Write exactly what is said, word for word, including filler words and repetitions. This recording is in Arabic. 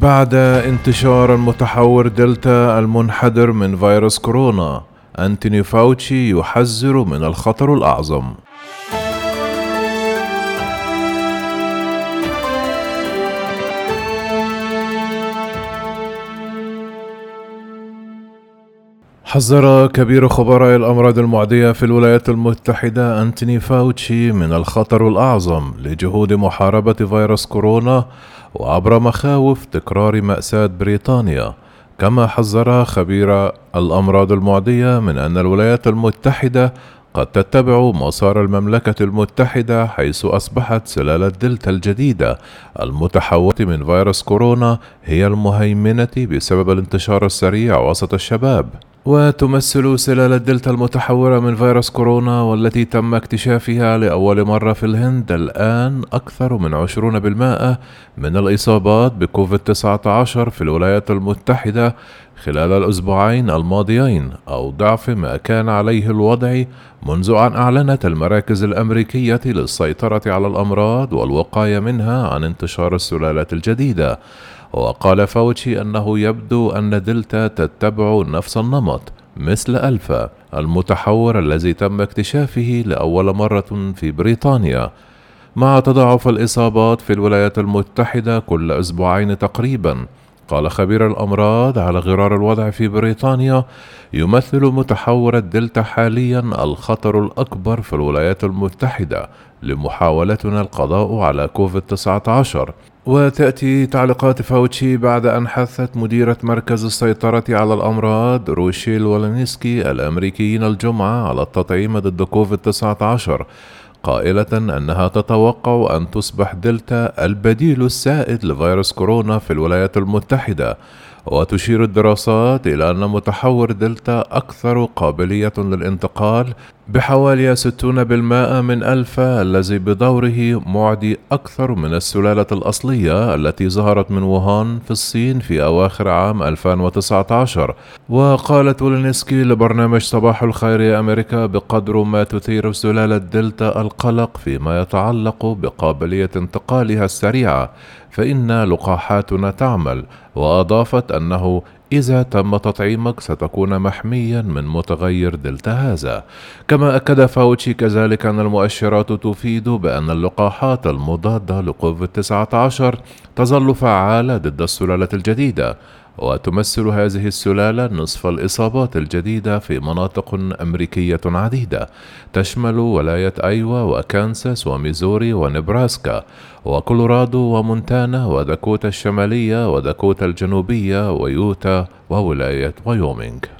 بعد انتشار المتحور دلتا المنحدر من فيروس كورونا، أنتوني فاوتشي يحذر من الخطر الأعظم. حذر كبير خبراء الأمراض المعدية في الولايات المتحدة أنتوني فاوتشي من الخطر الأعظم لجهود محاربة فيروس كورونا، وعبر مخاوف تكرار مأساة بريطانيا. كما حذر خبير الأمراض المعدية من أن الولايات المتحدة قد تتبع مسار المملكة المتحدة، حيث أصبحت سلالة دلتا الجديدة المتحورة من فيروس كورونا هي المهيمنة بسبب الانتشار السريع وسط الشباب. وتمثل سلالة دلتا المتحورة من فيروس كورونا، والتي تم اكتشافها لأول مرة في الهند، الآن أكثر من عشرين بالمئة من الإصابات بكوفيد تسعة عشر في الولايات المتحدة خلال الأسبوعين الماضيين، أو ضعف ما كان عليه الوضع منذ أن أعلنت المراكز الأمريكية للسيطرة على الأمراض والوقاية منها عن انتشار السلالات الجديدة. وقال فاوتشي أنه يبدو أن دلتا تتبع نفس النمط مثل ألفا المتحور الذي تم اكتشافه لأول مرة في بريطانيا، مع تضاعف الإصابات في الولايات المتحدة كل أسبوعين تقريبا. قال خبير الأمراض: على غرار الوضع في بريطانيا، يمثل متحور الدلتا حاليا الخطر الأكبر في الولايات المتحدة لمحاولتنا القضاء على كوفيد تسعة عشر. وتأتي تعليقات فاوتشي بعد أن حثت مديرة مركز السيطرة على الأمراض روشيل والينسكي الأمريكيين الجمعة على التطعيم ضد كوفيد تسعة عشر، قائلة أنها تتوقع أن تصبح دلتا البديل السائد لفيروس كورونا في الولايات المتحدة. وتشير الدراسات إلى أن متحور دلتا أكثر قابلية للانتقال بحوالي ستين بالمئة من ألفا، الذي بدوره معدي أكثر من السلالة الأصلية التي ظهرت من ووهان في الصين في أواخر عام ألفين وتسعة عشر. وقالت والينسكي لبرنامج صباح الخير يا أمريكا: بقدر ما تثير سلالة دلتا القلق فيما يتعلق بقابلية انتقالها السريعة، فإن لقاحاتنا تعمل. وأضافت أنه إذا تم تطعيمك ستكون محميا من متغير دلتا هذا. كما أكد فاوتشي كذلك أن المؤشرات تفيد بأن اللقاحات المضادة لكوفيد تسعة عشر تظل فعالة ضد السلالة الجديدة، وتمثل هذه السلالة نصف الإصابات الجديدة في مناطق أمريكية عديدة تشمل ولاية أيوا وكانساس وميزوري ونبراسكا وكولورادو ومونتانا وداكوتا الشمالية وداكوتا الجنوبية ويوتا وولاية وايومينغ.